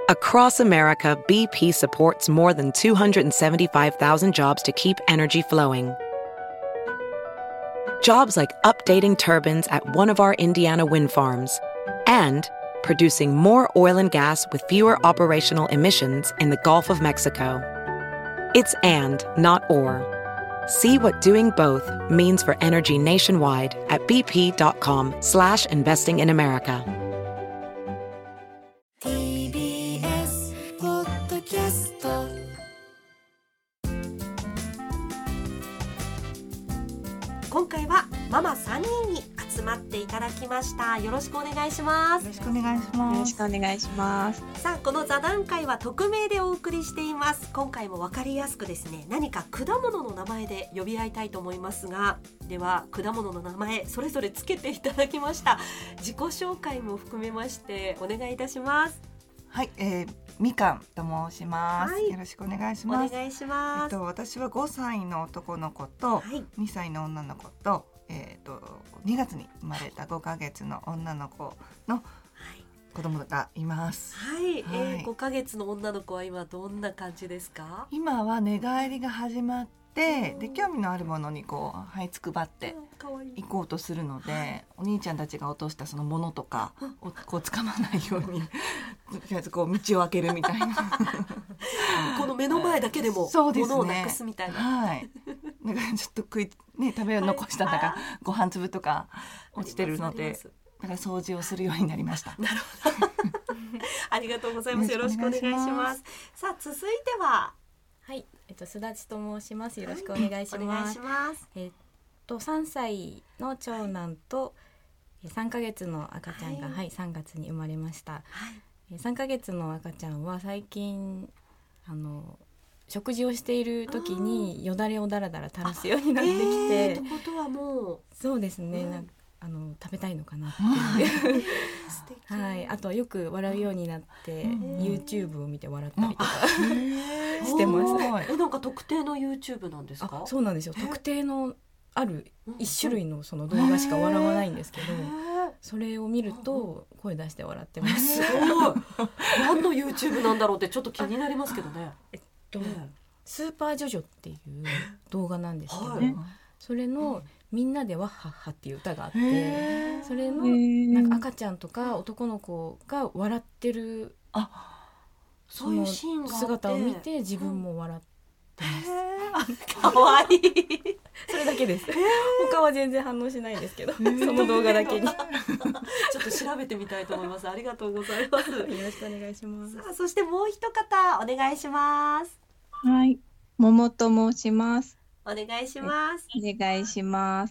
Across America, BP supports more than 275,000 jobs to keep energy flowing. Jobs like updating turbines at one of our Indiana wind farms and producing more oil and gas with fewer operational emissions in the Gulf of Mexico. It's and, not or. See what doing both means for energy nationwide at bp.com/investing in America. TBS ポッドキャスト。今回はママ3人に集まっていただきました。よろしくお願いします。 よろしくお願いします。 よろしくお願いします。 さあ、この座談会は匿名でお送りしています。今回も分かりやすくですね、何か果物の名前で呼び合いたいと思いますが、では果物の名前それぞれつけていただきました。自己紹介も含めましてお願いいたします。 はい、みかんと申します、 はい、 よろしくお願いします。 お願いします。 私は5歳の男の子と、2歳の女の子と、2月に生まれた5ヶ月の女の子の子供がいます。 はい、5ヶ月の女の子は今どんな感じですか？ 今は寝返りが始まって、で興味のあるものにこう這いつくばって行こうとするので、お兄ちゃんたちが落としたそのものとかをこう掴まないようにとりあえずこう道を開けるみたいなこの目の前だけでも物をなくすみたいな、はい、 なんかちょっと食べ残したなんかご飯粒とか落ちてるので、だから掃除をするようになりました。 なるほどありがとうございます。よろしくお願いします。さあ、続いては、 はい、すだちと申します。よろしくお願いします。 お願いします。 3歳の長男と3ヶ月の赤ちゃんが、3月に生まれました。3ヶ月の赤ちゃんは最近食事をしている時によだれをだらだら垂らすようになってきて、 ってことはもうそうですね、食べたいのかなっていう素敵はい、あとよく笑うようになって、YouTube を見て笑ったりとかしてます。 なんか特定の YouTube なんですか？ そうなんですよ。特定のある一種類のその動画しか笑わないんですけど、それを見ると声出して笑ってます。 すごい何の YouTube なんだろうってちょっと気になりますけどね。 スーパージョジョっていう動画なんですけど、それのみんなでワッハッハっていう歌があって、それのなんか赤ちゃんとか男の子が笑ってるそういうシーンがあって、 姿を見て自分も笑ってます。 かわいいそれだけです。他は全然反応しないですけど、その動画だけにちょっと調べてみたいと思います。ありがとうございます。よろしくお願いします。 さあ、そしてもう一方お願いします。 はい、桃と申します。 お願いします。 お願いします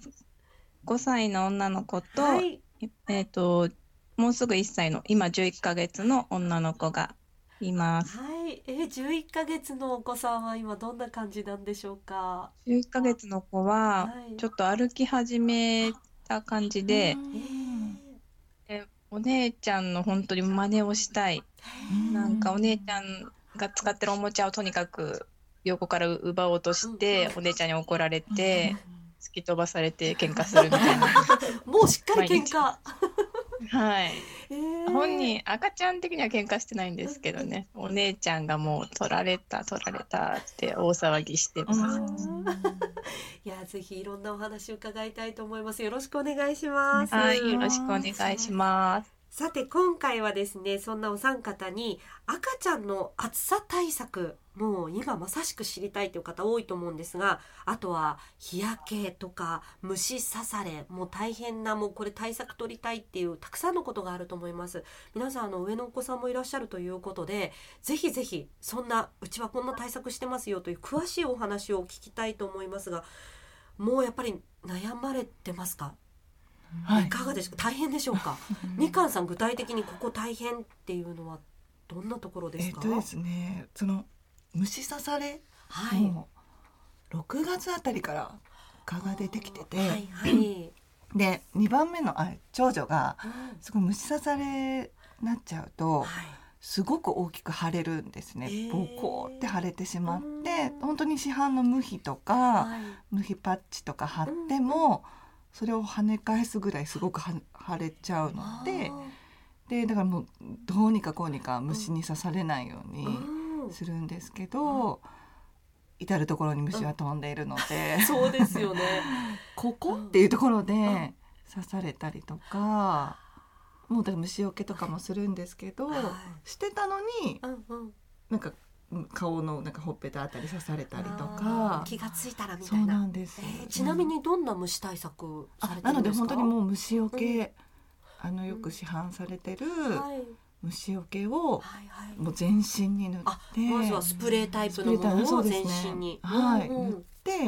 。5歳の女の子と、もうすぐ1歳の今11ヶ月の女の子がいます。 はい、11ヶ月のお子さんは今どんな感じなんでしょうか ？11ヶ月の子はちょっと歩き始めた感じで、お姉ちゃんの本当に真似をしたい。なんかお姉ちゃんが使ってるおもちゃをとにかく横から奪おうとして、お姉ちゃんに怒られて、突き飛ばされて喧嘩するみたいなもうしっかり喧嘩はい、本人赤ちゃん的には喧嘩してないんですけどね、お姉ちゃんがもう取られたって大騒ぎしてます。 いや、ぜひいろんなお話を伺いたいと思います。よろしくお願いします。 はい、よろしくお願いします。 さて、今回はですね、そんなお三方に赤ちゃんの暑さ対策、もう今まさしく知りたいという方多いと思うんですが、あとは日焼けとか虫刺され、もう大変な、もうこれ対策取りたいっていうたくさんのことがあると思います。皆さん上のお子さんもいらっしゃるということで、ぜひぜひそんなうちはこんな対策してますよという詳しいお話を聞きたいと思いますが、もうやっぱり悩まれてますか？いかがですか？大変でしょうか？みかんさん、具体的にここ大変っていうのはどんなところですか？ ですね、その虫刺され、もう6月あたりから蚊が出てきてて、で2番目の長女がすごい虫刺されなっちゃうと、すごく大きく腫れるんですね。ボコって腫れてしまって、本当に市販の無比とか、無比パッチとか貼っても、それを跳ね返すぐらいすごく腫れちゃうので、 でだからもうどうにかこうにか虫に刺されないようにするんですけど、至る所に虫は飛んでいるので、 そうですよねここっていうところで刺されたりとか、もうだから虫除けとかもするんですけど、してたのになんか顔のなんかほっぺたあたり刺されたりとか、 気がついたらみたいな。 そうなんです、 ちなみにどんな虫対策されてるんですか？ なので本当にもう虫除け、よく市販されてる虫除けをもう全身に塗って、 まずはスプレータイプのものを全身に、 塗って、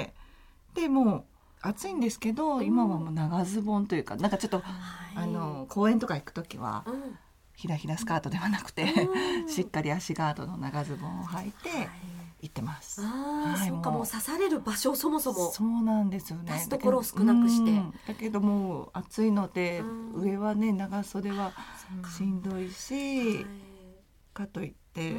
でもう暑いんですけど、今はもう長ズボンというか、なんかちょっと、公園とか行くときは、ひらひらスカートではなくて、しっかり足ガードの長ズボンを履いて行ってます。 そうか、もう刺される場所をそもそもそうなんですよね、 出すところを少なくして、 だけどもう暑いので、上はね長袖はしんどいし、かといって、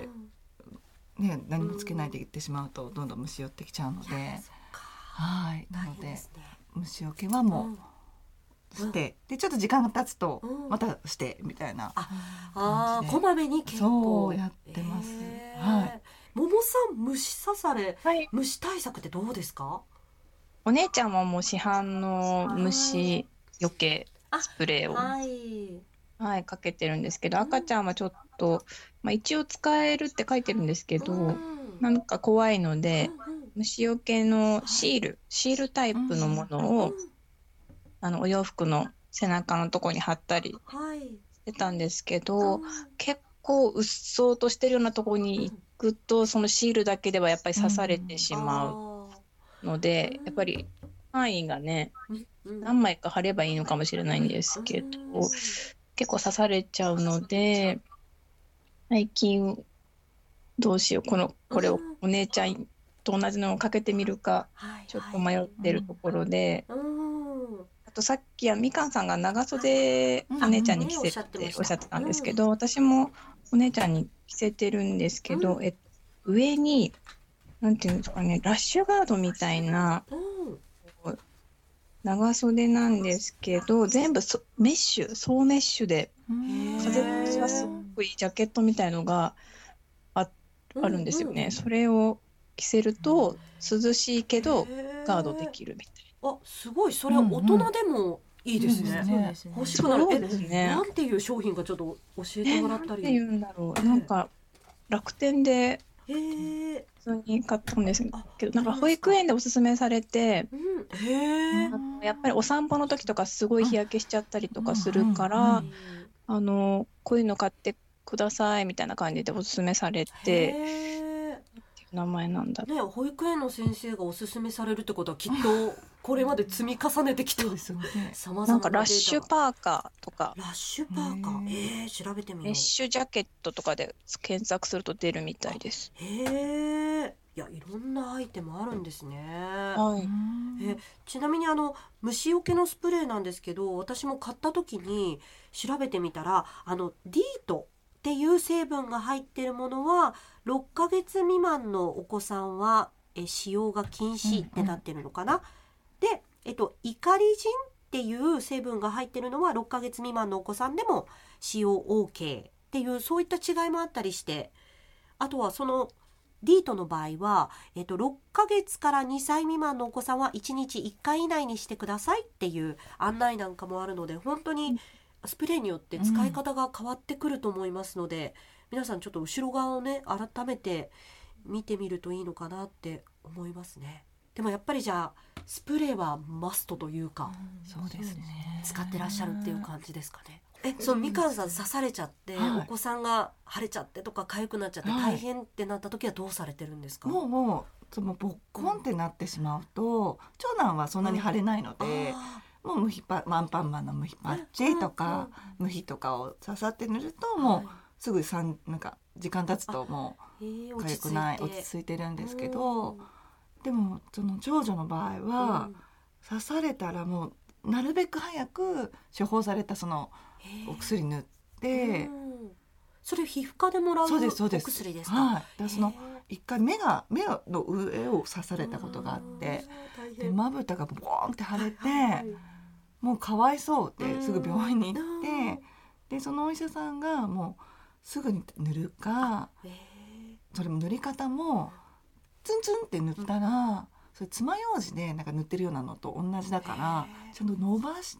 何もつけないで行ってしまうとどんどん虫寄ってきちゃうので、なので虫除けはもうして、でちょっと時間が経つとまたしてみたいな感じで、 こまめに結構そうやってます。 桃さん、虫刺され、虫対策ってどうですか？ お姉ちゃんはもう市販の虫除けスプレーをかけてるんですけど、赤ちゃんはちょっと、一応使えるって書いてるんですけど、なんか怖いので、虫除けのシールタイプのものを、お洋服の背中のとこに貼ったりしてたんですけど、結構うっそうとしてるようなところに行くと、そのシールだけではやっぱり刺されてしまうので、やっぱり範囲がね、何枚か貼ればいいのかもしれないんですけど、結構刺されちゃうので、最近どうしよう、これをお姉ちゃんと同じのをかけてみるかちょっと迷ってるところで、あとさっきみかんさんが長袖お姉ちゃんに着せるっておっしゃってたんですけど、私もお姉ちゃんに着せてるんですけど、上になんていうんですかね、ラッシュガードみたいな長袖なんですけど、全部総メッシュで風通しがすごくいいジャケットみたいのがあるんですよね。それを着せると涼しいけどガードできるみたいな。 すごい、それは大人でもいいですね。欲しくなる。なんていう商品かちょっと教えてもらったり。 なんていうんだろう、なんか楽天で普通に買ったんですけど、なんか保育園でおすすめされて、やっぱりお散歩の時とかすごい日焼けしちゃったりとかするから、こういうの買ってくださいみたいな感じでおすすめされて、名前なんだね。保育園の先生がおすすめされるってことはきっとこれまで積み重ねてきたなんかラッシュパーカーとか、 ラッシュパーカー、調べてみよう。 メッシュジャケットとかで検索すると出るみたいです。 いや、いろんなアイテムあるんですね。ちなみに虫除けのスプレーなんですけど、私も買った時に調べてみたら、ディートっていう成分が入っているものは6ヶ月未満のお子さんは使用が禁止ってなってるのかな。で、イカリジンっていう成分が入ってるのは6ヶ月未満のお子さんでも使用 OK っていう、そういった違いもあったりして、あとはそのディートの場合は、6ヶ月から2歳未満のお子さんは1日1回以内にしてくださいっていう案内なんかもあるので、本当にスプレーによって使い方が変わってくると思いますので、皆さんちょっと後ろ側をね改めて見てみるといいのかなって思いますね。でもやっぱりじゃあスプレーはマストというか、 そうですね、 使ってらっしゃるっていう感じですかね。そのみかんさん刺されちゃって、お子さんが腫れちゃってとか痒くなっちゃって大変ってなった時はどうされてるんですか？ もうそのボッコンってなってしまうと、長男はそんなに腫れないので、もうアンパンマンのムヒパッチとかムヒとかを刺さって塗ると、もうすぐなんか時間経つともう痒くない、落ち着いてるんですけど、でもその長女の場合は刺されたらもうなるべく早く処方されたそのお薬塗って、 それ皮膚科でもらうお薬ですか？ その一回目の上を刺されたことがあって、でまぶたがボーンって腫れて、もうかわいそうってすぐ病院に行って、 でそのお医者さんがもうすぐに塗るか、それも塗り方もツンツンって塗ったら、それ爪楊枝でなんか塗ってるようなのと同じだから、ちゃんと伸ばして、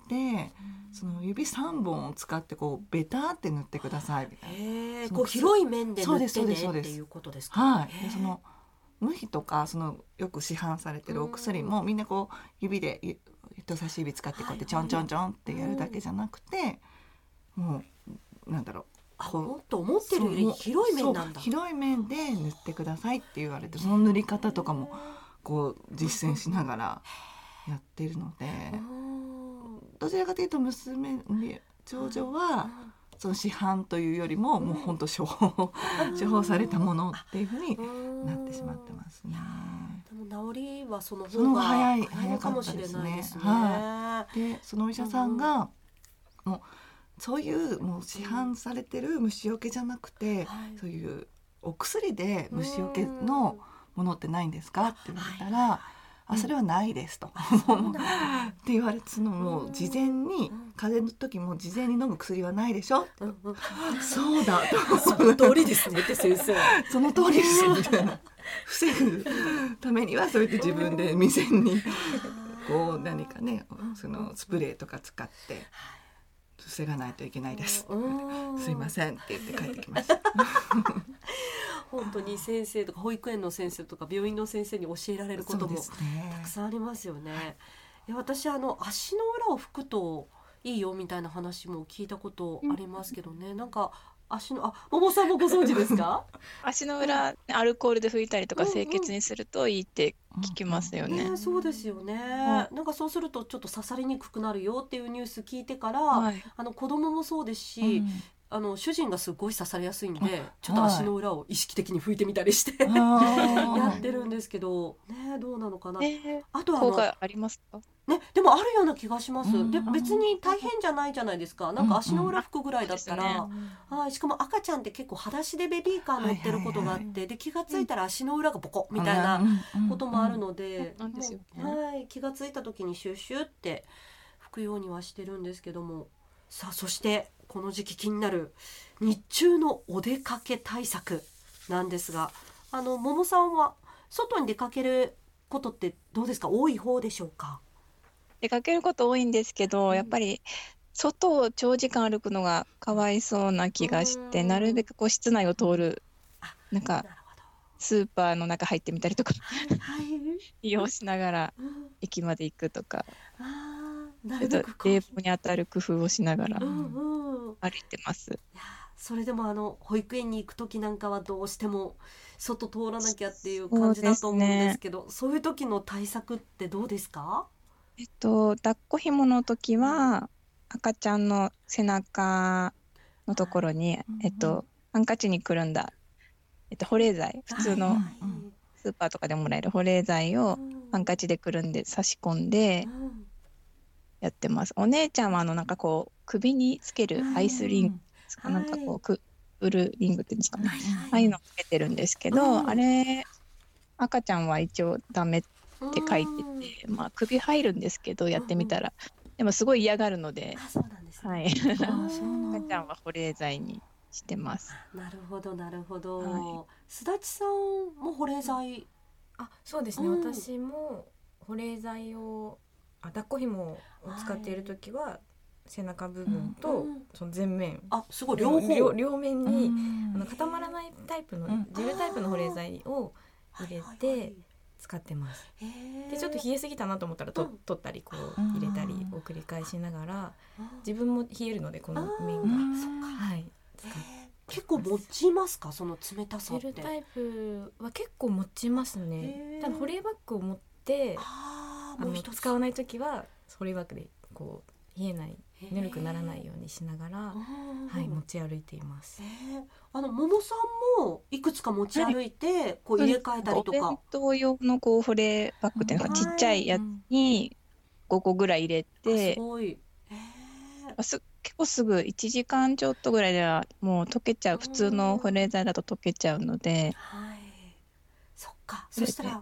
その指3本を使ってこうベタって塗ってくださいみたいな。 こう広い面で塗ってねっていうことですか。 はい。でその無比とかそのよく市販されてるお薬もみんなこう指で人差し指使ってこうやってちょんちょんちょんってやるだけじゃなくて、もうなんだろう、 もっと思ってるより広い面なんだ。 広い面で塗ってくださいって言われて、その塗り方とかもこう実践しながらやってるので、どちらかというと長女はその市販というよりももう本当処方されたものっていうふうになってしまってますね。 でも治りはその方が早いかもしれないですね。 でそのお医者さんがもうそういうもう市販されてる虫除けじゃなくて、そういうお薬で虫除けのものってないんですかって言われたら、それはないですとって言われて、もう事前に風邪の時も事前に飲む薬はないでしょ、そうだと、 その通りですねって先生その通りですみたいな、防ぐためにはそうやって自分で未然にこう何かね、そのスプレーとか使って防がないといけないです、すいませんって言って帰ってきました本当に先生とか保育園の先生とか病院の先生に教えられることもたくさんありますよね。私足の裏を拭くといいよみたいな話も聞いたことありますけどね、なんか桃さんもご存知ですか？ 足の裏アルコールで拭いたりとか清潔にするといいって聞きますよね。 そうですよね、なんかそうするとちょっと刺さりにくくなるよっていうニュース聞いてから、子供もそうですし、主人がすごい刺されやすいんで、ちょっと足の裏を意識的に拭いてみたりしてやってるんですけどね、どうなのかな。あとは効果ありますかね、でもあるような気がします。で別に大変じゃないじゃないですか。なんか足の裏拭くぐらいだったら、しかも赤ちゃんって結構裸足でベビーカー乗ってることがあって、で気がついたら足の裏がボコみたいなこともあるので、気がついた時にシュッシュって拭くようにはしてるんですけども、さあそしてこの時期気になる日中のお出かけ対策なんですが、桃さんは外に出かけることってどうですか？多い方でしょうか？ 出かけること多いんですけど、やっぱり外を長時間歩くのがかわいそうな気がして、なるべくこう室内を通る、なんかスーパーの中入ってみたりとか利用しながら駅まで行くとか、冷房に当たる工夫をしながら歩いてます。 それでも保育園に行く時なんかはどうしても外通らなきゃっていう感じだと思うんですけど、そういう時の対策ってどうですか？ 抱っこ紐の時は赤ちゃんの背中のところに、ハンカチにくるんだ、保冷剤、普通のスーパーとかでもらえる保冷剤をハンカチでくるんで差し込んでやってます。お姉ちゃんはなんかこう首につけるアイスリング、なんかこうクールリングっていうんですかね、ああいうのをつけてるんですけど、あれ赤ちゃんは一応ダメって書いてて、首入るんですけど、やってみたらでもすごい嫌がるので、赤ちゃんは保冷剤にしてます。 なるほどなるほど。すだちさんも保冷剤？ そうですね、私も保冷剤を抱っこ紐を使っている時は背中部分とその前面、 すごい両面に固まらないタイプのジェルタイプの保冷剤を入れて使ってます。でちょっと冷えすぎたなと思ったら取ったりこう入れたりを繰り返しながら、自分も冷えるのでこの面が結構持ちますか？その冷たさって。 ジェルタイプは結構持ちますね。ただ保冷バッグを持って使わないときは保冷バッグでこう冷えない、ぬるくならないようにしながら、持ち歩いています。 桃さんもいくつか持ち歩いてこう入れ替えたりとか。 お弁当用のこう保冷バッグっていうのがちっちゃいやつに5個ぐらい入れて、 すごい。 結構すぐ1時間ちょっとぐらいではもう溶けちゃう、普通の保冷剤だと溶けちゃうので、 そっか。そしたら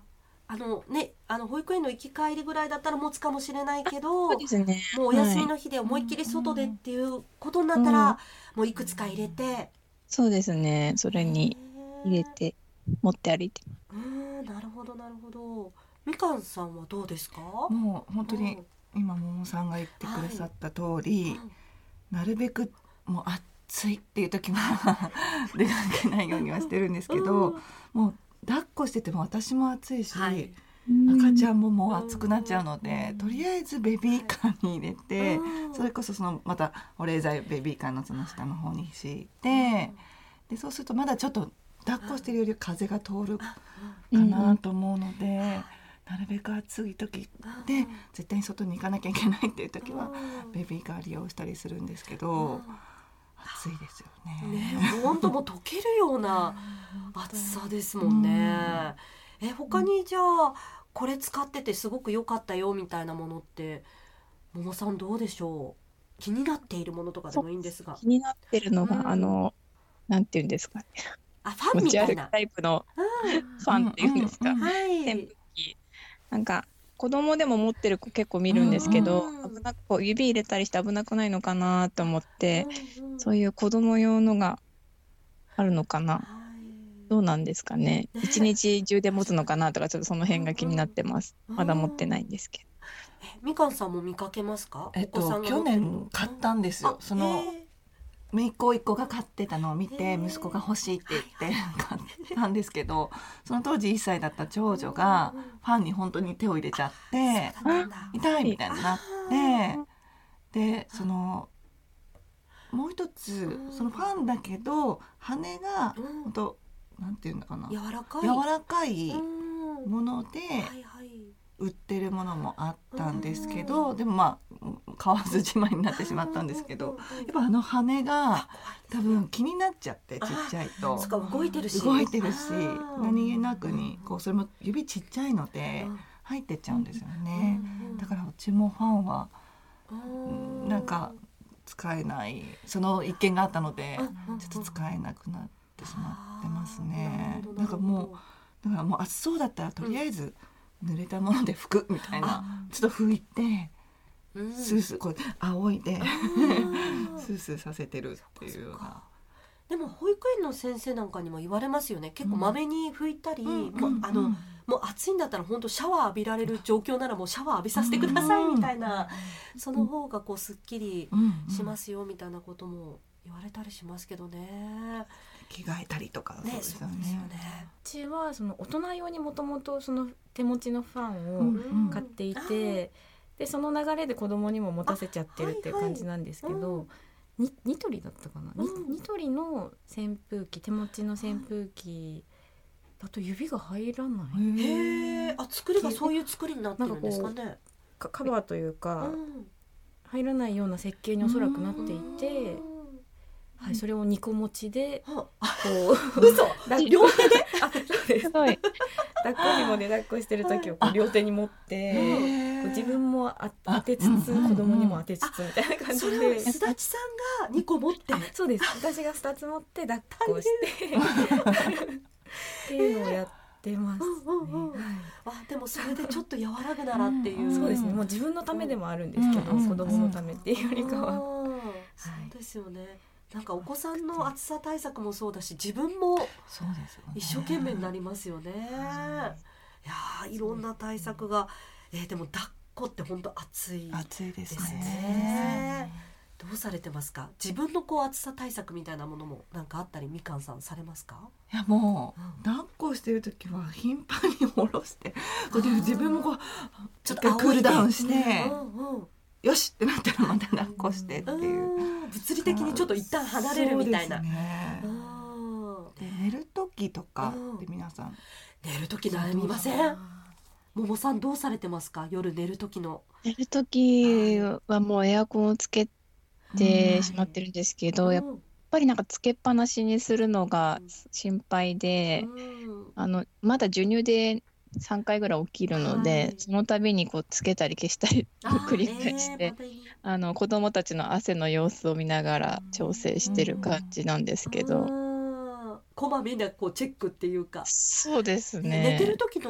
保育園の行き帰りぐらいだったら持つかもしれないけど、 そうですね、 もうお休みの日で思いっきり外でっていうことになったら、もういくつか入れて、 そうですね、それに入れて持って歩いて。 なるほどなるほど。みかんさんはどうですか？ もう本当に今桃さんが言ってくださった通り、なるべくもう暑いっていう時は出かけないようにはしてるんですけど、もう抱っこしてても私も暑いし、赤ちゃんももう暑くなっちゃうので、とりあえずベビーカーに入れて、それこそまた保冷剤ベビーカーのその下の方に敷いて、でそうするとまだちょっと抱っこしてるより風が通るかなと思うので、なるべく暑い時で絶対に外に行かなきゃいけないっていう時はベビーカー利用したりするんですけど、暑いですよね。 本当もう溶けるような暑さですもんね。他にじゃあこれ使っててすごく良かったよみたいなものって桃さんどうでしょう？気になっているものとかでもいいんですが。 気になってるのが、なんていうんですかね、 ファンみたいな持ち歩くタイプのファンっていうんですか、扇風機、なんか子供でも持ってる子結構見るんですけど、危なく指入れたりして危なくないのかなと思って、そういう子供用のがあるのかな、どうなんですかね、一日中で持つのかなとか、ちょっとその辺が気になってます。まだ持ってないんですけど。 みかんさんも見かけますか？ 去年買ったんですよ。姪っ子一個が買ってたのを見て、息子が欲しいって言って買ったんですけど、その当時1歳だった長女がファンに本当に手を入れちゃって、痛いみたいになって、でもう一つそのファンだけど羽が本当なんていうのかな、柔らかいもので売ってるものもあったんですけど、でも買わずじまいになってしまったんですけど、やっぱ羽が多分気になっちゃって、ちっちゃいと動いてるし何気なくにそれも指ちっちゃいので入ってっちゃうんですよね。だからうちもファンはなんか使えない、その一件があったのでちょっと使えなくなってしまってますね。だからもう暑そうだったらとりあえず濡れたもので拭くみたいな、ちょっと拭いてスースーこう仰いでスースーさせてるっていうような。 でも保育園の先生なんかにも言われますよね。結構まめに拭いたり、もう暑いんだったら本当シャワー浴びられる状況ならもうシャワー浴びさせてくださいみたいな、その方がすっきりしますよみたいなことも言われたりしますけどね。 着替えたりとか、そうですよね。 うちは大人用にもともと手持ちのファンを買っていて、でその流れで子供にも持たせちゃってるっていう感じなんですけど、ニトリだったかな、ニトリの扇風機、手持ちの扇風機だと指が入らない。 作りがそういう作りになってるんですかね。 カバーというか、入らないような設計におそらくなっていて、それを2個持ちで両手でそうです抱っこ紐で抱っこしてる時を両手に持って自分も当てつつ子供にも当てつつみたいな感じで、 それをすだちさんが2個持ってそうです、私が2つ持って抱っこしてっていうのをやってますね。 でもそれでちょっと和らぐならっていう、 そうですね、もう自分のためでもあるんですけど、子供のためっていうよりかは、 そうですよね。なんかお子さんの暑さ対策もそうだし、自分も一生懸命になりますよね。いろんな対策が、でも抱っこって本当暑いですね。どうされてますか？自分の暑さ対策みたいなものもなんかあったり、みかんさんされますか？ いやもう、抱っこしてる時は頻繁に下ろして、自分もちょっとクールダウンして、よしってなったらまた抱っこしてっていう、 物理的にちょっと一旦離れるみたいな。 で寝る時とかって皆さん寝る時悩みません？桃さんどうされてますか？夜寝る時の。 寝る時はもうエアコンをつけてしまってるんですけど、やっぱりなんかつけっぱなしにするのが心配で、まだ授乳で3回ぐらい起きるので、その度につけたり消したり繰り返して、子どもたちの汗の様子を見ながら調整してる感じなんですけど、 こまめなチェックっていうか。 そうですね。 寝てる時の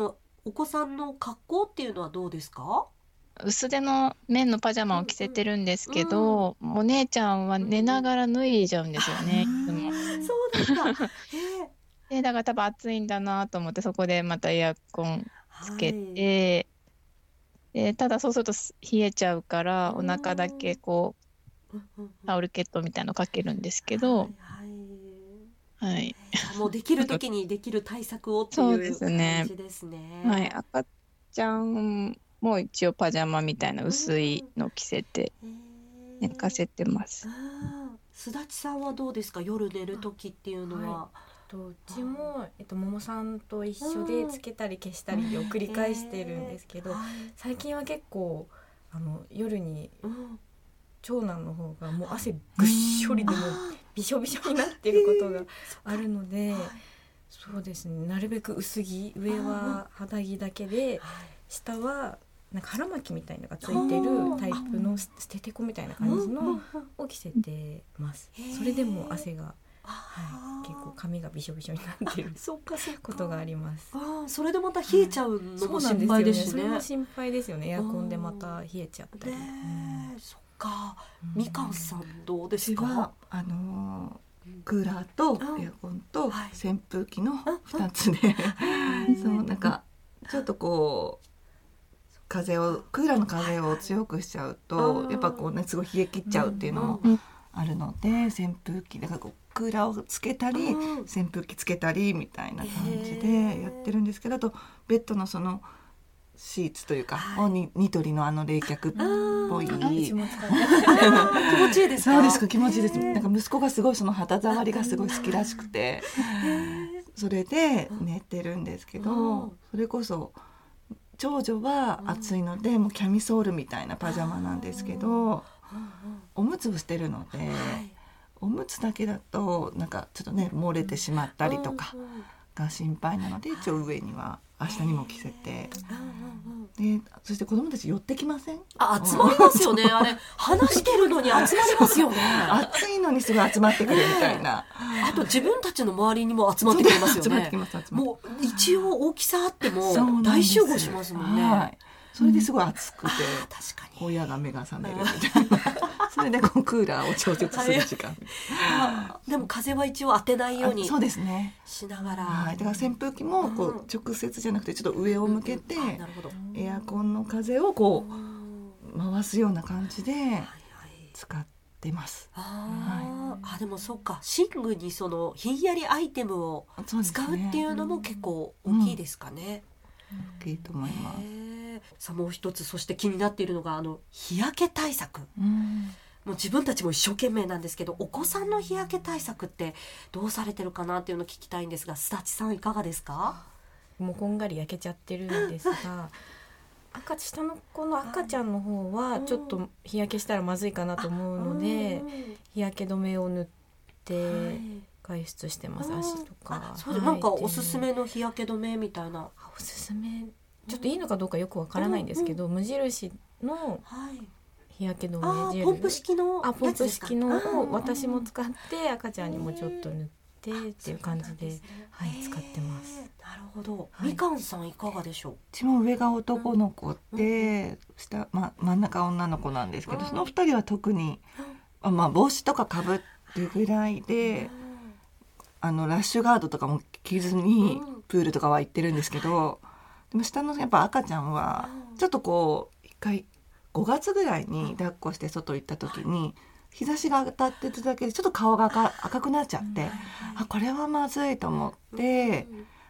お子さんの格好っていうのはどうですか？ 薄手の綿のパジャマを着せてるんですけど、お姉ちゃんは寝ながら脱いじゃうんですよね。 そうですか。 でだから多分暑いんだなと思ってそこでまたエアコンつけて、ただそうすると冷えちゃうからお腹だけこうタオルケットみたいのかけるんですけど、はい、 もうできる時にできる対策をっていう感じですね。 はい、赤ちゃんも一応パジャマみたいな薄いの着せて寝かせてます。 すだちさんはどうですか、夜寝る時っていうのは？ うちも、桃さんと一緒でつけたり消したりを繰り返してるんですけど、最近は結構夜に長男の方がもう汗ぐっしょりでもびしょびしょになってることがあるので、そうですね、なるべく薄着、上は肌着だけで下はなんか腹巻きみたいのがついてるタイプの捨ててこみたいな感じのを着せてます。それでも汗が、結構髪がびしょびしょになってることがあります。 それでまた冷えちゃうのも心配ですしね。 それも心配ですよね。エアコンでまた冷えちゃったり。 そっか。みかんさんどうですか？ クーラーとエアコンと扇風機の2つでそうなんかちょっとこうクーラーの風を強くしちゃうとやっぱこうねすごい冷え切っちゃうっていうのもあるので、扇風機だからこうクーラーをつけたり扇風機つけたりみたいな感じでやってるんですけど、あとベッドのそのシーツというか、ニトリの冷却っぽい気持ちいいですか？ そうですか、気持ちいいです。なんか息子がすごいその肌触りがすごい好きらしくてそれで寝てるんですけど、それこそ長女は暑いのでもうキャミソールみたいなパジャマなんですけど、おむつをしてるので、おむつだけだとなんかちょっとね漏れてしまったりとかが心配なので、一応上には明日にも着せて、でそして子供たち寄ってきません？ 集まりますよね。あれ話してるのに集まりますよね。 暑いのにすぐ集まってくるみたいな。 あと自分たちの周りにも集まってくれますよね。もう一応大きさあっても大集合しますもんね。 それですごい暑くて、 確かに親が目が覚めるみたいな。それでこうクーラーを調節する時間でも風は一応当てないようにそうですねしながら、 だから扇風機もこう直接じゃなくてちょっと上を向けてエアコンの風をこう回すような感じで使ってます。 でもそうか、寝具にそのひんやりアイテムを使うっていうのも結構大きいですかね。 大きいと思います。 さあもう一つ、そして気になっているのが日焼け対策。もう自分たちも一生懸命なんですけど、お子さんの日焼け対策ってどうされてるかなっていうのを聞きたいんですが、すだちさんいかがですか？ もうこんがり焼けちゃってるんですが下の子の赤ちゃんの方はちょっと日焼けしたらまずいかなと思うので、日焼け止めを塗って外出してます。足とか。 そうで、なんかおすすめの日焼け止めみたいな。 おすすめちょっといいのかどうかよくわからないんですけど、無印の日焼け止めジェル、 ポンプ式のやつですか？ ポンプ式のを私も使って赤ちゃんにもちょっと塗ってっていう感じで、使ってます。 なるほど。みかんさんいかがでしょう？ うちも上が男の子で、下、真ん中は女の子なんですけど、その2人は特に、帽子とかかぶるぐらいで、ラッシュガードとかも着ずにプールとかは行ってるんですけど、でも下のやっぱ赤ちゃんはちょっとこう一回5月ぐらいに抱っこして外行った時に日差しが当たってるだけでちょっと顔が赤くなっちゃって、これはまずいと思って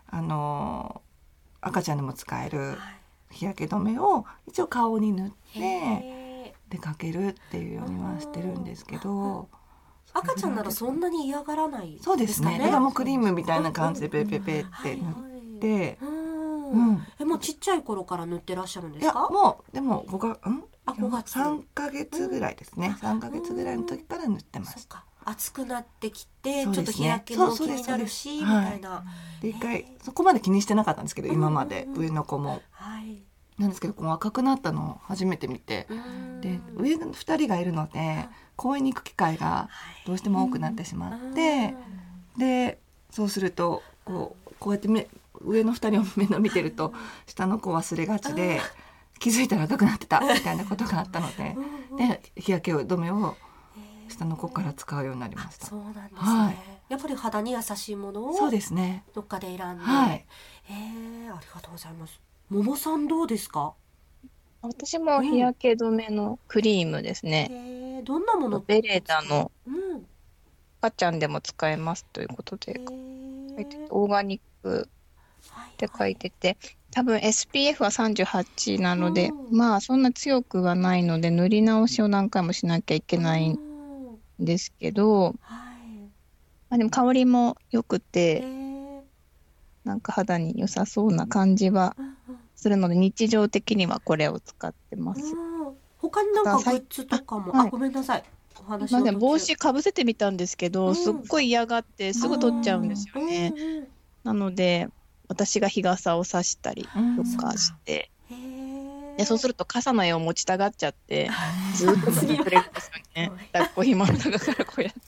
赤ちゃんにも使える日焼け止めを一応顔に塗って出かけるっていうようにはしてるんですけど、 赤ちゃんならそんなに嫌がらないですかね。 そうですね。だからもうクリームみたいな感じでペペペって塗って、 もうちっちゃい頃から塗ってらっしゃるんですか？ いやもうでも5月3ヶ月ぐらいですね。3ヶ月ぐらいの時から塗ってます。 暑くなってきて、ちょっと日焼けも気になるしみたいな。 で一回そこまで気にしてなかったんですけど、今まで上の子も。なんですけど、こう赤くなったのを初めて見て、で上の2人がいるので公園に行く機会がどうしても多くなってしまって、でそうするとこうやって上の2人を面倒見てると下の子忘れがちで気づいたら赤くなってたみたいなことがあったので、で日焼け止めを下の子から使うようになりました。 そうなんですね、 はい、 やっぱり肌に優しいものをそうですね、 どっかで選んで、 はい、 ありがとうございます。桃さんどうですか？ 私も日焼け止めのクリームですね、 どんなもの？ ベレータの赤ちゃんでも使えますということで書いてて、オーガニックって書いてて、多分 SPF は38なので、まあそんな強くはないので塗り直しを何回もしなきゃいけないんですけど、まあ、でも香りも良くてなんか肌に良さそうな感じはするので、日常的にはこれを使ってます。 他になんかグッズとかも、ごめんなさい、お話の途中。 帽子かぶせてみたんですけど、すっごい嫌がってすぐ取っちゃうんですよね、なので私が日傘を差したりとかして、でそうすると傘の絵を持ちたがっちゃってずっと見てくれるんですよね抱っこ紐の中からこうやって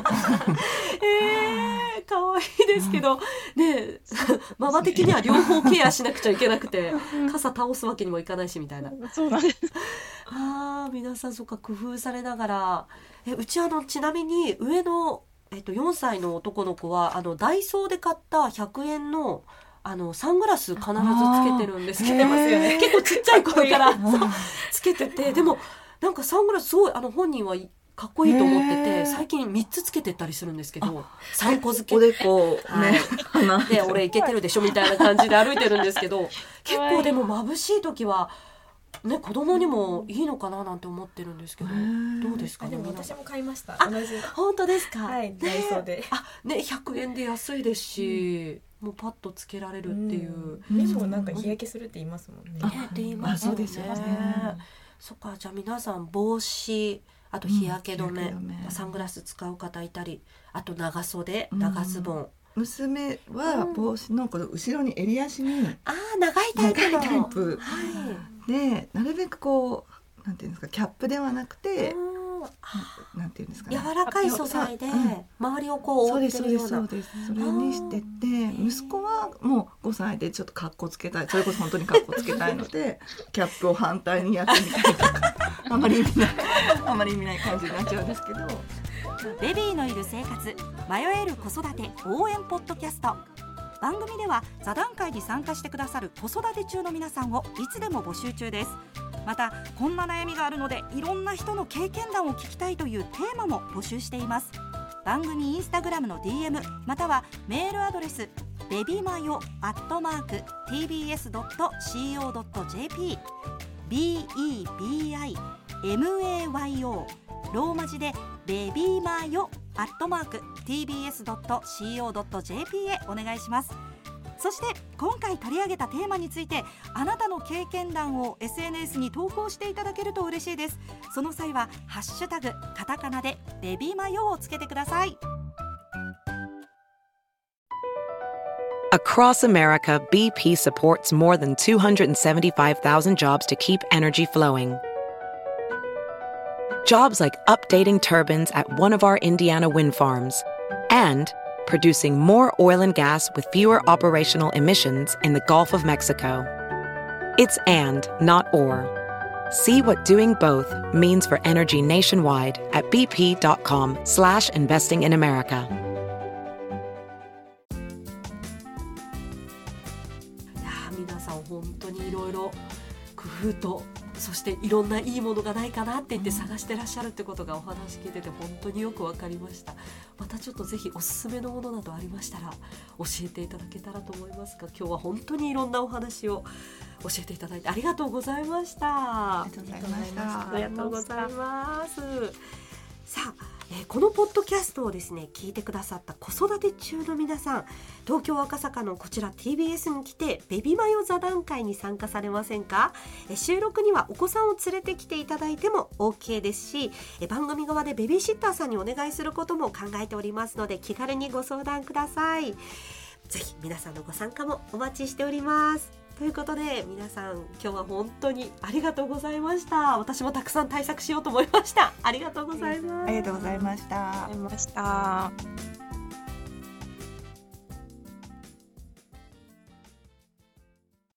可愛いですけどね、ママ的には両方ケアしなくちゃいけなくて傘倒すわけにもいかないしみたいな。 そうなんです。 皆さんそっか工夫されながら、うちちなみに上の4歳の男の子はダイソーで買った100円のサングラス必ずつけてるんですけど、結構ちっちゃい頃からつけてて、でもなんかサングラスすごい本人はかっこいいと思ってて、最近3つつけてったりするんですけど、3個付けおでこね、 で俺いけてるでしょみたいな感じで歩いてるんですけど結構でも眩しい時はね、子供にもいいのかななんて思ってるんですけど、どうですかね。 でも私も買いました。 同じ。本当ですか。 はい、ダイソーで。 100円で安いですし、もうパッとつけられるっていう。 でもなんか日焼けするって言いますもんね。 って言いますよね。 そうですよね。 そっか、じゃあ皆さん帽子、あと日焼け止め、サングラス使う方いたり、あと長袖、長ズボン。 娘は帽子のこの後ろに襟足に長いタイプで、なるべくこうなんていうんですか、キャップではなくてなんていうんですかね、 柔らかい素材で周りをこう覆ってるような。 そうですそれにしてて、息子はもう5歳でちょっとカッコつけたい、それこそ本当にカッコつけたいのでキャップを反対にやってみたりとかあまり意味ない感じになっちゃうんですけど。 ベビーのいる生活、迷える子育て応援ポッドキャスト。番組では座談会に参加してくださる子育て中の皆さんをいつでも募集中です。またこんな悩みがあるのでいろんな人の経験談を聞きたいというテーマも募集しています。番組インスタグラムの DM またはメールアドレスbebimayo@tbs.co.jp bebimayo ローマ字でベビーマヨ@tbs.co.jp へお願いします。そして今回取り上げたテーマについてあなたの経験談を SNS に投稿していただけると嬉しいです。その際はハッシュタグカタカナでベビーマヨをつけてください。 Across America, BP supports more than 275,000 jobs to keep energy flowing.Jobs like updating turbines at one of our Indiana wind farms and producing more oil and gas with fewer operational emissions in the Gulf of Mexico. It's and, not or. See what doing both means for energy nationwide at bp.com/investing in America. 皆さん本当にいろいろ工夫とそしていろんないいものがないかなって言って探してらっしゃるってことがお話聞いてて本当によく分かりました。またちょっとぜひおすすめのものなどありましたら教えていただけたらと思いますが、今日は本当にいろんなお話を教えていただいてありがとうございました。 ありがとうございました。 ありがとうございます。さあ、このポッドキャストをですね聞いてくださった子育て中の皆さん、東京赤坂のこちら TBS に来てベビマヨ座談会に参加されませんか？収録にはお子さんを連れてきていただいても OK ですし、番組側でベビーシッターさんにお願いすることも考えておりますので気軽にご相談ください。ぜひ皆さんのご参加もお待ちしております。ということで皆さん今日は本当にありがとうございました。私もたくさん対策しようと思いました。ありがとうございます。 ありがとうございました。 ありがとうございました。